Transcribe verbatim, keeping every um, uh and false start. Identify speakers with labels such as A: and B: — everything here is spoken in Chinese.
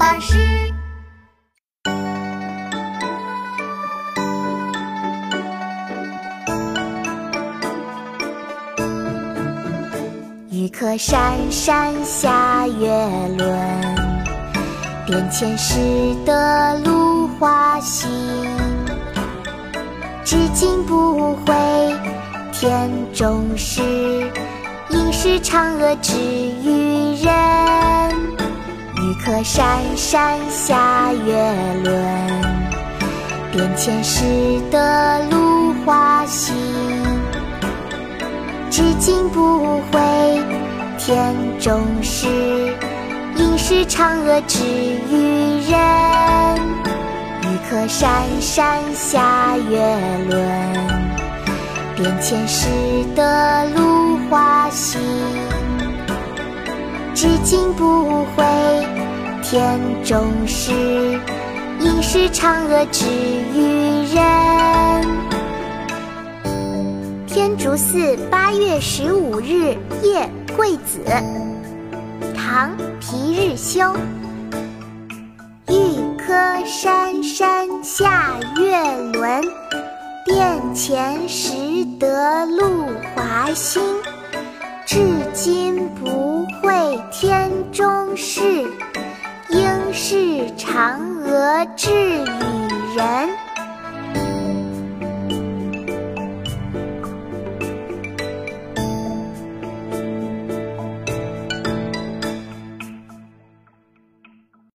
A: 巴士。玉客闪闪下月轮，殿前拾得芦花心。至今不悔田中事，应是嫦娥之于人。玉客闪闪下月轮，殿前拾得芦花心。至今不悔田中事，应是嫦娥之于人。玉客闪闪下月轮，殿前拾得芦花心。至今不悔田中事，应是嫦娥之于人。天竺寺八月十五日夜桂子，唐·皮日休。玉客闪闪下月轮，殿前拾得芦花心。至今不悔田中事，应是嫦娥之于